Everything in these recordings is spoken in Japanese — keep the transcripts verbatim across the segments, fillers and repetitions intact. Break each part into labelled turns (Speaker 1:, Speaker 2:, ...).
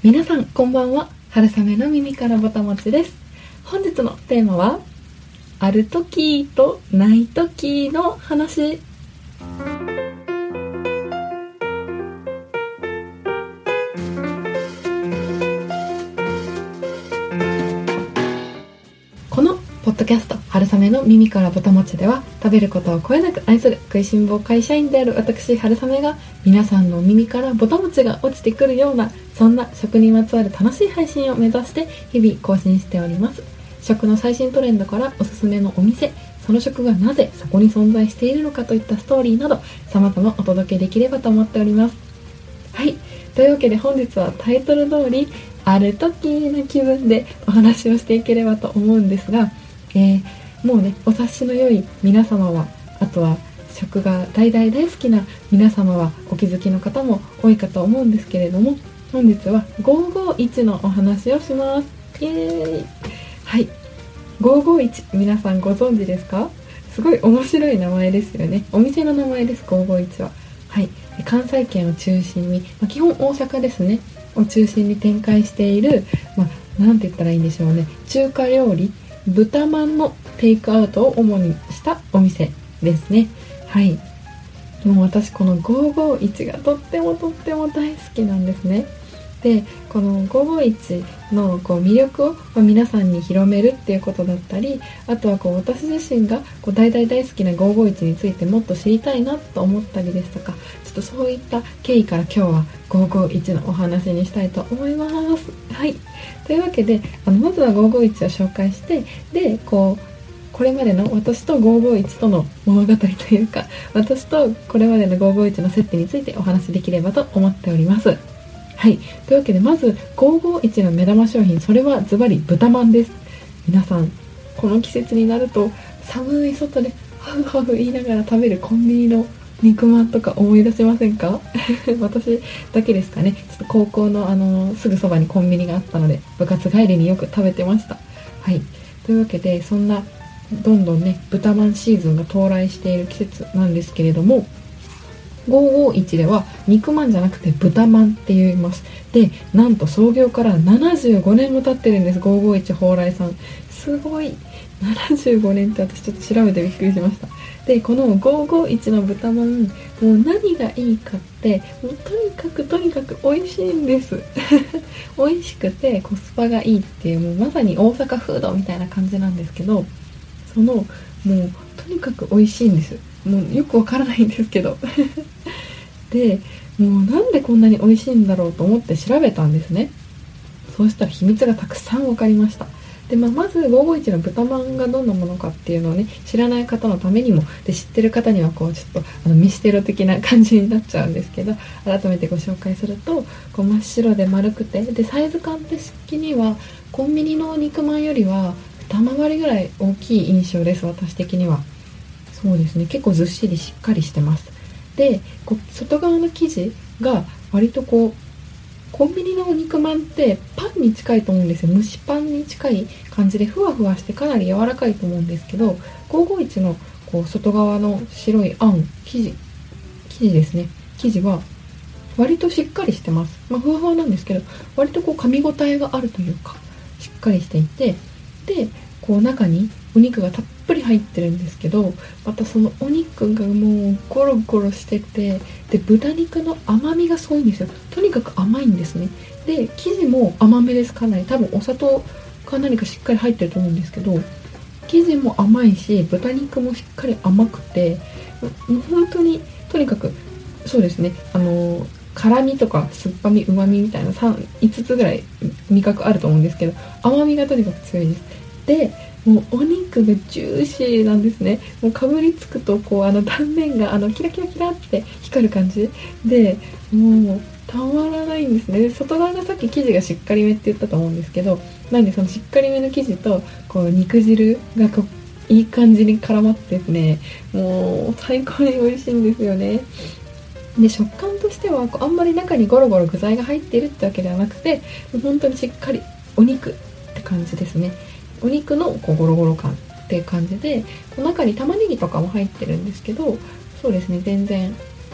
Speaker 1: 皆さんこんばんは。春雨の耳からぼたもちです。本日のテーマはある時とない時の話。このポッドキャスト春雨の耳からぼたもちでは、食べることをこよなく愛する食いしん坊会社員である私春雨が、皆さんの耳からぼたもちが落ちてくるような、そんな食にまつわる楽しい配信を目指して日々更新しております。食の最新トレンドからおすすめのお店、その食がなぜそこに存在しているのかといったストーリーなど、様々お届けできればと思っております。はい、というわけで本日はタイトル通りある時の気分でお話をしていければと思うんですが、えー、もうねお察しの良い皆様は、あとは食が大大大好きな皆様はお気づきの方も多いかと思うんですけれども、本日はごーごーいちのお話をします。イエーイ。はい、ごーごーいち、皆さんご存知ですか？すごい面白い名前ですよね。お店の名前です。ごーごーいちは、はい、関西圏を中心に、まあ、基本大阪ですねを中心に展開している、まあ、なんて言ったらいいんでしょうね、中華料理豚まんのテイクアウトを主にしたお店ですね。はい、もう私このごーごーいちがとってもとっても大好きなんですね。でこのごーごーいちのこう魅力を、まあ、皆さんに広めるっていうことだったり、あとはこう私自身がこう大大大好きなごーごーいちについてもっと知りたいなと思ったりですとか、ちょっとそういった経緯から今日はごーごーいちのお話にしたいと思います。はい、というわけであのまずはごーごーいちを紹介して、でこうこれまでの私とごーごーいちとの物語というか、私とこれまでのごーごーいちの接点についてお話しできればと思っております。はい、というわけでまずごーごーいちの目玉商品、それはズバリ豚まんです。皆さんこの季節になると寒い外でハフハフ言いながら食べるコンビニの肉まんとか思い出せませんか？私だけですかね。ちょっと高校のあのすぐそばにコンビニがあったので、部活帰りによく食べてました。はい、というわけでそんなどんどんね豚まんシーズンが到来している季節なんですけれども、ごーごーいちでは肉まんじゃなくて豚まんって言います。でなんと創業からななじゅうごねんも経ってるんです。ごーごーいち蓬莱さん、すごい。ななじゅうごねんって私ちょっと調べてびっくりしました。でこのごーごーいちの豚まん、もう何がいいかって、もうとにかくとにかく美味しいんです美味しくてコスパがいいっていう、もうまさに大阪フードみたいな感じなんですけど、そのもうとにかく美味しいんです。もうよくわからないんですけどでもうなんでこんなに美味しいんだろうと思って調べたんですね。そうしたら秘密がたくさん分かりました。で、まあ、まずごーごーいちの豚まんがどんなものかっていうのをね知らない方のためにも、で知ってる方にはこうちょっとあのミステロ的な感じになっちゃうんですけど、改めてご紹介すると、こう真っ白で丸くて、でサイズ感的にはコンビニの肉まんよりは二回りぐらい大きい印象です。私的にはそうですね、結構ずっしりしっかりしてます。でこう外側の生地が割とこうコンビニのお肉まんってパンに近いと思うんですよ。蒸しパンに近い感じでふわふわしてかなり柔らかいと思うんですけど、ごーごーいちのこう外側の白いあん生地生地ですね生地は割としっかりしてます。まあふわふわなんですけど、割とこう噛み応えがあるというかしっかりしていて、でこう中にお肉がたっぷり入ってるんですけど、またそのお肉がもうゴロゴロしてて、で豚肉の甘みがすごいんですよ。とにかく甘いんですね。で生地も甘めです。かなり多分お砂糖か何かしっかり入ってると思うんですけど、生地も甘いし豚肉もしっかり甘くて、もう本当にとにかくそうですね、あの辛みとか酸っぱみうまみみたいな いつつぐらい味覚あると思うんですけど、甘みがとにかく強いです。でもうお肉がジューシーなんですね。もうかぶりつくとこうあの断面があのキラキラキラって光る感じで、もうたまらないんですね。で外側がさっき生地がしっかりめって言ったと思うんですけど、なんでそのしっかりめの生地とこう肉汁がこういい感じに絡まってですね、もう最高に美味しいんですよね。で食感としてはこうあんまり中にゴロゴロ具材が入っているってわけではなくて、本当にしっかりお肉って感じですね。お肉のこうゴロゴロ感っていう感じで、こう中に玉ねぎとかも入ってるんですけど、そうですね、全然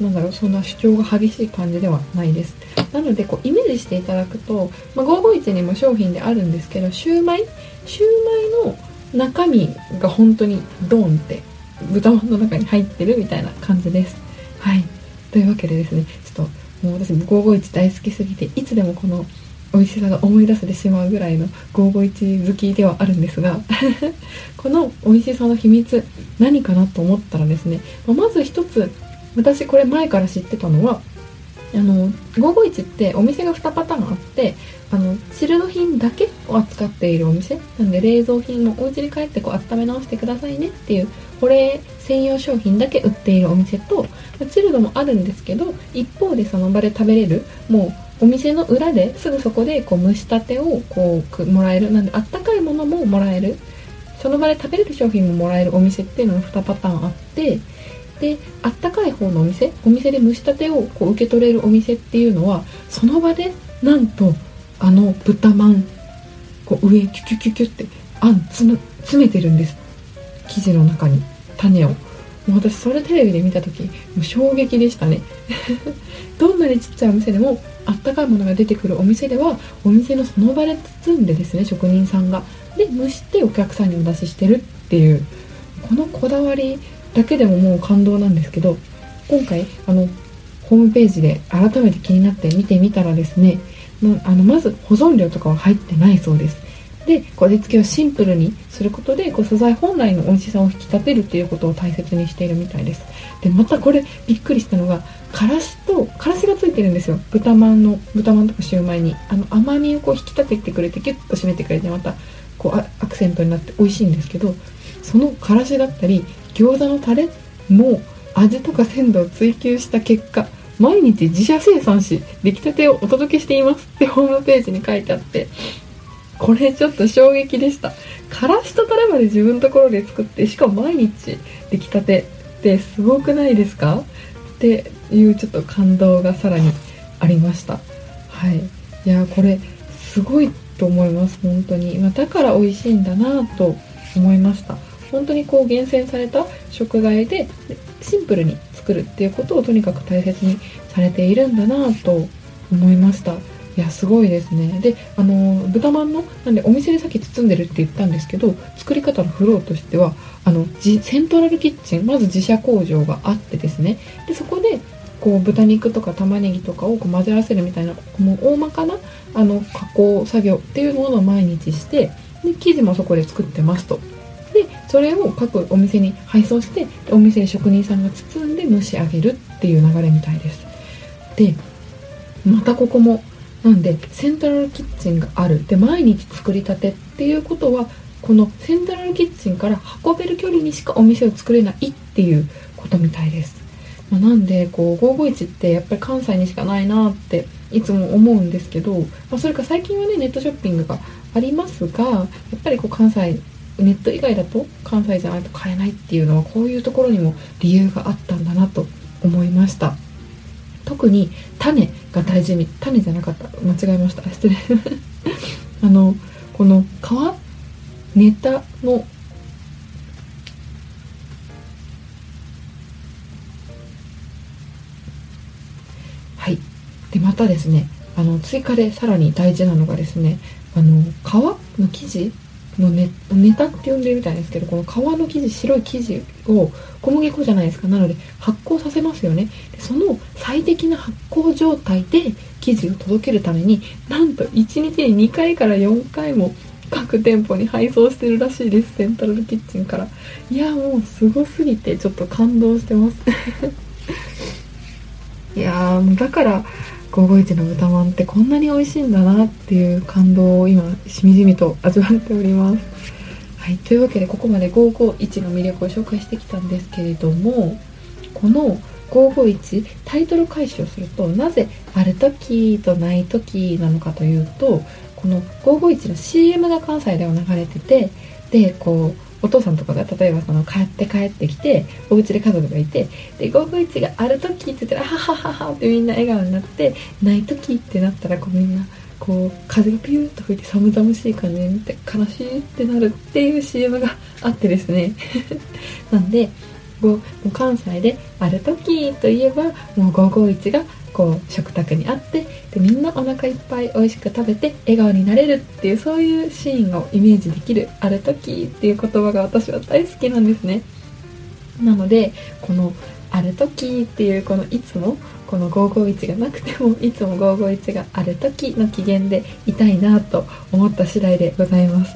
Speaker 1: なんだろう、そんな主張が激しい感じではないです。なのでこうイメージしていただくと、まあ、ごーごーいちにも商品であるんですけど、シューマイシューマイの中身が本当にドーンって豚まんの中に入ってるみたいな感じです。はい、というわけでですね、ちょっともう私ごーごーいち大好きすぎて、いつでもこの美味しさが思い出せてしまうぐらいのごーごーいち好きではあるんですがこの美味しさの秘密何かなと思ったらですね、まず一つ、私これ前から知ってたのは、あのごーごーいちってお店がにパターンあって、あのチルド品だけを扱っているお店なんで、冷蔵品もお家に帰ってこう温め直してくださいねっていう保冷専用商品だけ売っているお店と、チルドもあるんですけど、一方でその場で食べれる、もうお店の裏ですぐそこでこう蒸したてをこうもらえる、なんであったかいものももらえる、その場で食べれる商品ももらえるお店っていうのがにパターンあって、であったかい方のお店、お店で蒸したてをこう受け取れるお店っていうのは、その場でなんとあの豚まんこう上キュキュキュキュってあんつむ詰めてるんです、生地の中に種を。もう私それテレビで見た時もう衝撃でしたねどんなにちっちゃいお店でもあったかいものが出てくるお店では、お店のその場で包んでですね、職人さんがで蒸してお客さんにお出ししてるっていう、このこだわりだけでももう感動なんですけど、今回あのホームページで改めて気になって見てみたらですね、あのまず保存料とかは入ってないそうです。で味付けをシンプルにすることでこう素材本来の美味しさを引き立てるっていうことを大切にしているみたいです。でまたこれびっくりしたのが、からしとからしがついてるんですよ、豚まんの豚まんとかシューマイに。あの甘みをこう引き立ててくれてギュッと締めてくれて、またこうアクセントになって美味しいんですけど、そのからしだったり餃子のタレも味とか鮮度を追求した結果、毎日自社生産し出来たてをお届けしていますってホームページに書いてあって、これちょっと衝撃でした。からしとタレまで自分のところで作って、しかも毎日出来たてってすごくないですかっていうちょっと感動がさらにありました。はい、いやこれすごいと思います、本当に。まあ、だから美味しいんだなと思いました。本当にこう厳選された食材でシンプルに作るっていうことをとにかく大切にされているんだなと思いました。いやすごいですね。であの豚まんのなんでお店でさっき包んでるって言ったんですけど、作り方のフローとしてはあのセントラルキッチン、まず自社工場があってですね、でそこでこう豚肉とか玉ねぎとかをこう混ぜ合わせるみたいな、もう大まかなあの加工作業っていうものを毎日して、で生地もそこで作ってますと。でそれを各お店に配送して、お店で職人さんが包んで蒸し上げるっていう流れみたいです。でまたここもなんでセントラルキッチンがある、で毎日作りたてっていうことは、このセントラルキッチンから運べる距離にしかお店を作れないっていうことみたいです。まあ、なんでこうごーごーいちってやっぱり関西にしかないなっていつも思うんですけど、まあ、それか最近はねネットショッピングがありますが、やっぱりこう関西ネット以外だと関西じゃないと買えないっていうのは、こういうところにも理由があったんだなと思いました。特に種が大事に、種じゃなかった、間違えました、失礼あのこの皮ネタのはいでまたですね、あの追加でさらに大事なのがですね、あの皮の生地の ネ, ネタって呼んでるみたいですけど、この皮の生地、白い生地を小麦粉じゃないですか、なので発酵させますよね。でその最適な発酵状態で生地を届けるために、なんといちにちににかいからよんかいも各店舗に配送してるらしいです、セントラルキッチンから。いやもうすごすぎてちょっと感動してますいやーだからごーごーいちの豚まんってこんなに美味しいんだなっていう感動を今しみじみと味わっております。はい、というわけでここまでごーごーいちの魅力を紹介してきたんですけれども、このごーごーいちタイトル回収をすると、なぜある時とない時なのかというと、このごーごーいちの シーエム が関西では流れてて、でこうお父さんとかが例えばその帰って帰ってきてお家で家族がいて、でごーごーいちがある時って言ったらははははってみんな笑顔になって、ない時ってなったらこうみんなこう風がピューッと吹いて寒々しい感じになって悲しいってなるっていう シーエム があってですねなんでもう関西である時といえばもうごーごーいちがこう食卓にあって、でみんなお腹いっぱい美味しく食べて笑顔になれるっていう、そういうシーンをイメージできるある時っていう言葉が私は大好きなんですね。なのでこのある時っていうこのいつもこのごーごーいちがなくてもいつもごーごーいちがある時の機嫌でいたいなと思った次第でございます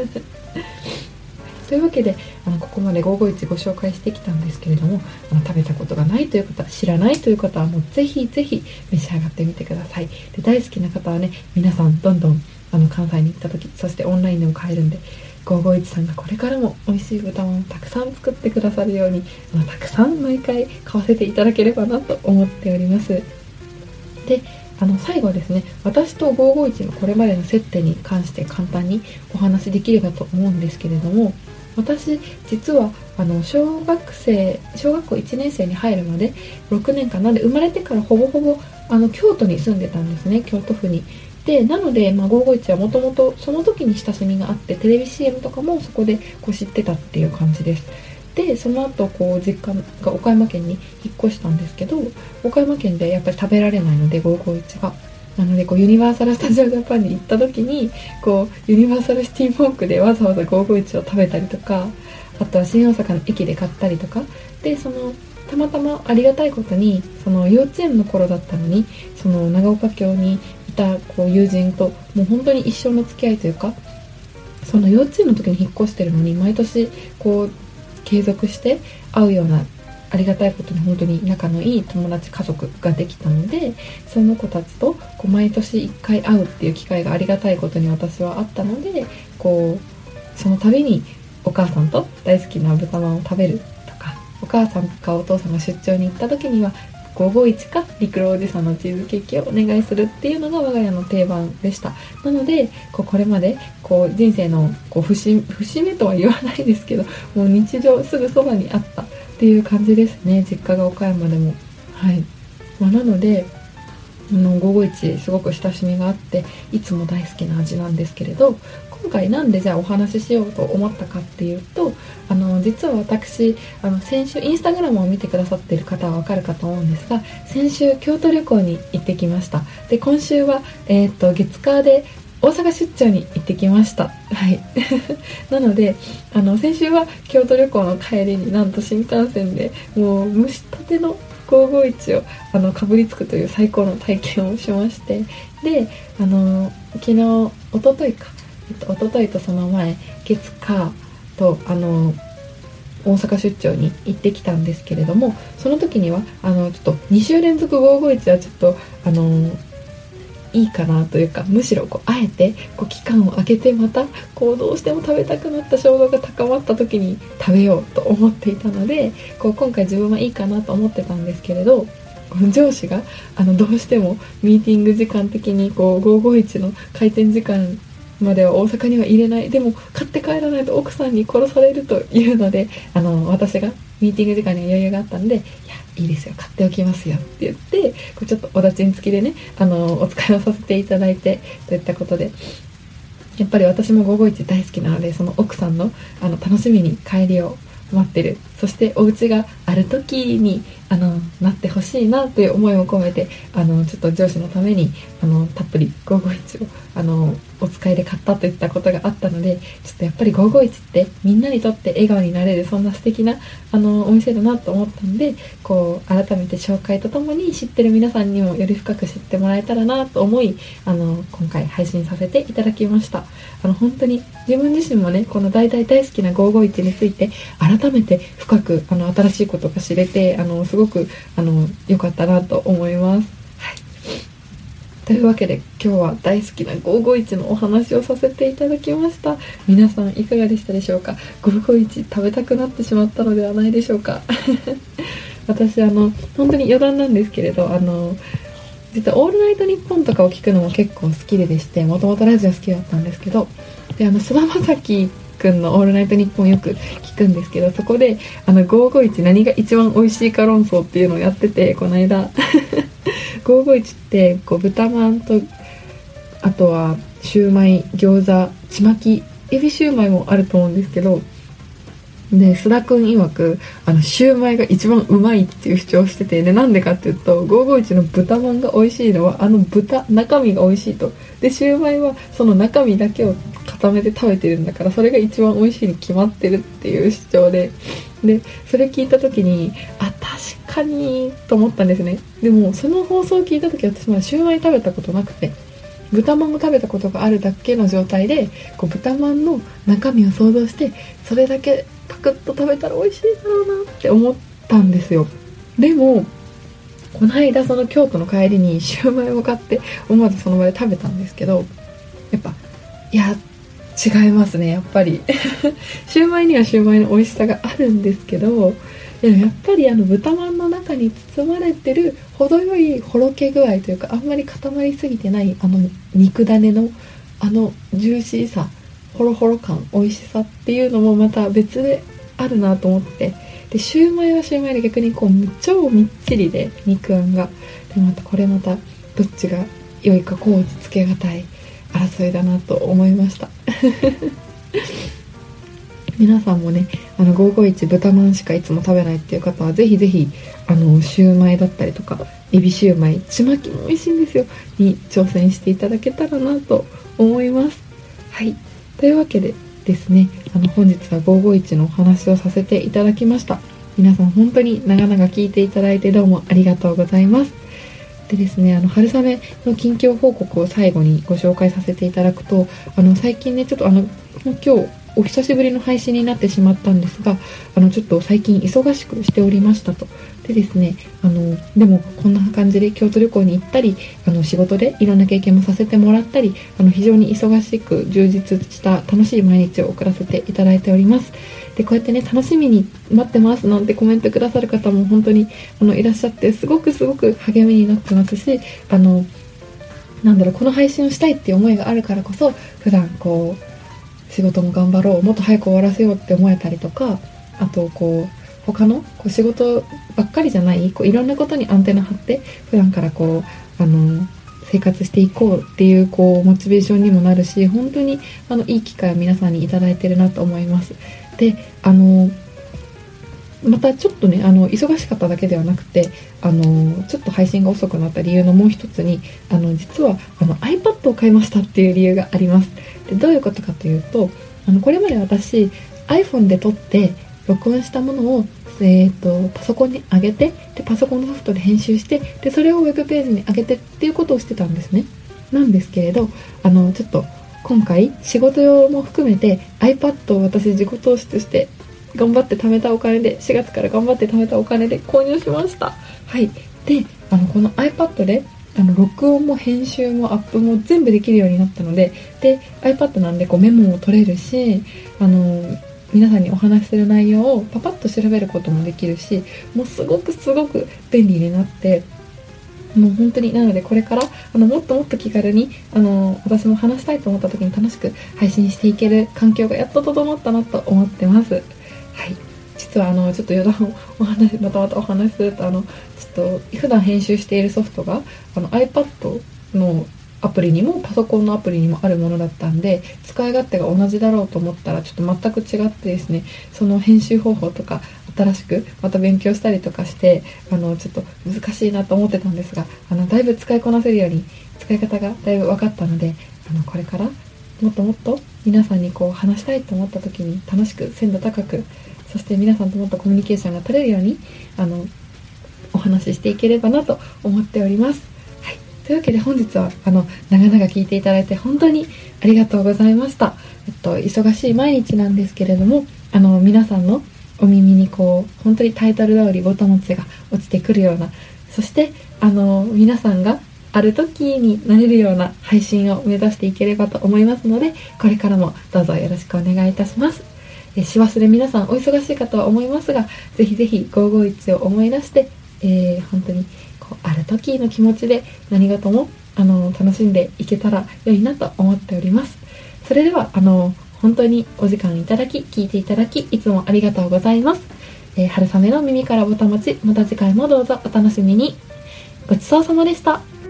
Speaker 1: というわけであのここまでごーごーいちご紹介してきたんですけれども、あの食べたことがないという方、知らないという方はもうぜひぜひ召し上がってみてください。で大好きな方はね、皆さんどんどんあの関西に行った時、そしてオンラインでも買えるんで、ごーごーいちさんがこれからも美味しい豚まんをたくさん作ってくださるように、あのたくさん毎回買わせていただければなと思っております。であの最後はですね、私とごーごーいちのこれまでの接点に関して簡単にお話しできればと思うんですけれども、私実はあの小学生小学校いちねん生に入るまでろくねんかんなんで、生まれてからほぼほぼあの京都に住んでたんですね、京都府に。でなので、まあ、ごーごーいちはもともとその時に親しみがあって、テレビ シーエム とかもそこでこう知ってたっていう感じです。でその後こう実家が岡山県に引っ越したんですけど、岡山県でやっぱり食べられないのでごーごーいちが、なのでこうユニバーサル・スタジオ・ジャパンに行った時にこうユニバーサル・シティ・モークでわざわざごーごーいちを食べたりとか、あとは新大阪の駅で買ったりとかで、そのたまたまありがたいことにその幼稚園の頃だったのに、その長岡京にいたこう友人ともう本当に一生の付き合いというか、その幼稚園の時に引っ越してるのに毎年こう継続して会うような、ありがたいことに本当に仲のいい友達家族ができたので、その子たちとこう毎年いっかい会うっていう機会がありがたいことに私はあったので、こうその度にお母さんと大好きな豚まんを食べるとか、お母さんかお父さんが出張に行った時にはごーごーいちか陸路おじさんのチーズケーキをお願いするっていうのが我が家の定番でした。なのでこうこれまでこう人生のこう節節目とは言わないですけど、もう日常すぐそばにあったっていう感じですね、実家が岡山でも。はい、まあ、なのであのごーごーいちすごく親しみがあっていつも大好きな味なんですけれど、今回なんでじゃあお話ししようと思ったかっていうと、あの実は私あの先週インスタグラムを見てくださっている方はわかるかと思うんですが、先週京都旅行に行ってきました。で今週は、えー、と月火で大阪出張に行ってきました。はいなのであの先週は京都旅行の帰りになんと新幹線でもう蒸したてのごーごーいちをあのかぶりつくという最高の体験をしまして、であの昨日一昨日か、えっと、一昨日とその前月火とあの大阪出張に行ってきたんですけれども、その時にはあのちょっとに週連続ごーごーいちはちょっとあのいいかなというか、むしろこうあえてこう期間を空けてまたこうどうしても食べたくなった衝動が高まった時に食べようと思っていたので、こう今回自分はいいかなと思ってたんですけれど、上司があのどうしてもミーティング時間的にこうごーごーいちの開店時間までは大阪には入れない、でも買って帰らないと奥さんに殺されるというので、あの私がミーティング時間に余裕があったんで、いやいいですよ買っておきますよって言って、こうちょっとお立ちん付きでねあのお使いをさせていただいてといったことで、やっぱり私もごーごーいち大好きなので、その奥さんのあの楽しみに帰りを待ってる、そしてお家がある時にあのなってほしいなという思いを込めて、あのちょっと上司のためにあのたっぷりごーごーいちをあのお使いで買ったといったことがあったので、ちょっとやっぱりごーごーいちってみんなにとって笑顔になれる、そんな素敵なあのお店だなと思ったんで、こう改めて紹介とともに知ってる皆さんにもより深く知ってもらえたらなと思い、あの今回配信させていただきました。あの本当に自分自身もねこの大大大好きなごーごーいちについて改めて深くあの新しいことが知れて、あのすごくあの良かったなと思います。はい、というわけで今日は大好きなごーごーいちのお話をさせていただきました。皆さんいかがでしたでしょうか。ごーごーいち食べたくなってしまったのではないでしょうか私あの本当に余談なんですけれど、あの実はオールナイトニッポンとかを聞くのも結構好きででして、もともとラジオ好きだったんですけど、であの菅田将暉くんのオールナイトニッポンよく聞くんですけど、そこであのごーごーいち何が一番美味しいか論争っていうのをやってて、この間ごーごーいちってこう豚まんと、あとはシューマイ、餃子、ちまき、エビシューマイもあると思うんですけど、 で須田くん曰くあのシューマイが一番うまいっていう主張をしてて、でなんでかっていうとごーごーいちの豚まんが美味しいのはあの豚中身が美味しいと、でシューマイはその中身だけを固めて食べてるんだからそれが一番美味しいに決まってるっていう主張で、でそれ聞いた時にあ確かにと思ったんですね。でもその放送を聞いた時私まだシューマイ食べたことなくて、豚まんを食べたことがあるだけの状態でこう豚まんの中身を想像してそれだけパクッと食べたら美味しいだろうなって思ったんですよ。でもこの間その京都の帰りにシューマイを買って思わずその場で食べたんですけど、やっぱいや違いますね。やっぱりシューマイにはシューマイの美味しさがあるんですけど、でもやっぱりあの豚まんの中に包まれてる程よいほろけ具合というか、あんまり固まりすぎてないあの肉種のあのジューシーさ、ホロホロ感、美味しさっていうのもまた別であるなと思って、でシューマイはシューマイで逆にこう超みっちりで肉あんが、でまたこれまたどっちが良いかこうつけがたい争いだなと思いました皆さんもねあのごーごーいち豚まんしかいつも食べないっていう方はぜひぜひあのシューマイだったりとかエビシューマイ、ちまきも美味しいんですよに挑戦していただけたらなと思います。はい、というわけでですね、あの本日はごーごーいちのお話をさせていただきました。皆さん本当に長々聞いていただいてどうもありがとうございます。でですね、あの春雨の近況報告を最後にご紹介させていただくと、あの最近ねちょっとあの今日お久しぶりの配信になってしまったんですが、あのちょっと最近忙しくしておりましたと。でですね、あのでもこんな感じで京都旅行に行ったり、あの仕事でいろんな経験もさせてもらったり、あの非常に忙しく充実した楽しい毎日を送らせていただいております。でこうやってね楽しみに待ってますなんてコメントくださる方も本当にあのいらっしゃって、すごくすごく励みになってますし、あのなんだろうこの配信をしたいっていう思いがあるからこそ普段こう仕事も頑張ろう、もっと早く終わらせようって思えたりとか、あとこう他のこう仕事ばっかりじゃないこういろんなことにアンテナ張って普段からこうあの生活していこうっていうこうモチベーションにもなるし、本当にあのいい機会を皆さんにいただいてるなと思います。であのまたちょっとねあの忙しかっただけではなくて、あのちょっと配信が遅くなった理由のもう一つに、あの実はあの iPad を買いましたっていう理由があります。でどういうことかというと、あのこれまで私 iPhone で撮って録音したものを、えー、とパソコンに上げて、でパソコンのソフトで編集して、でそれをウェブページに上げてっていうことをしてたんですね。なんですけれど、あのちょっと今回仕事用も含めて iPad を私自己投資として頑張って貯めたお金で、しがつから頑張って貯めたお金で購入しました。はい。で、あのこの iPad であの録音も編集もアップも全部できるようになったので、で iPad なんでこうメモも取れるし、あの皆さんにお話しする内容をパパッと調べることもできるし、もうすごくすごく便利になって、もう本当になのでこれからあのもっともっと気軽にあの私も話したいと思った時に楽しく配信していける環境がやっと整ったなと思ってます。はい、実はあのちょっと余談をお話またまたお話しすると、あのちょっと普段編集しているソフトがあの iPad のアプリにもパソコンのアプリにもあるものだったんで、使い勝手が同じだろうと思ったらちょっと全く違ってですね、その編集方法とか新しくまた勉強したりとかして、あのちょっと難しいなと思ってたんですが、あのだいぶ使いこなせるように使い方がだいぶ分かったので、あのこれからもっともっと皆さんにこう話したいと思った時に楽しく鮮度高く、そして皆さんともっとコミュニケーションが取れるようにあのお話ししていければなと思っております。はい、というわけで本日はあの長々聞いていただいて本当にありがとうございました。えっと忙しい毎日なんですけれども、あの皆さんのお耳にこう本当にタイトル通りぼたもちが落ちてくるような、そしてあの皆さんがある時になれるような配信を目指していければと思いますので、これからもどうぞよろしくお願いいたします。え師走で皆さんお忙しいかとは思いますが、ぜひぜひごーごーいちを思い出して、えー、本当にこうある時の気持ちで何事もあの楽しんでいけたら良いなと思っております。それではあの本当にお時間いただき聞いていただきいつもありがとうございます。えー、春雨の耳からぼたもち、また次回もどうぞお楽しみに。ごちそうさまでした。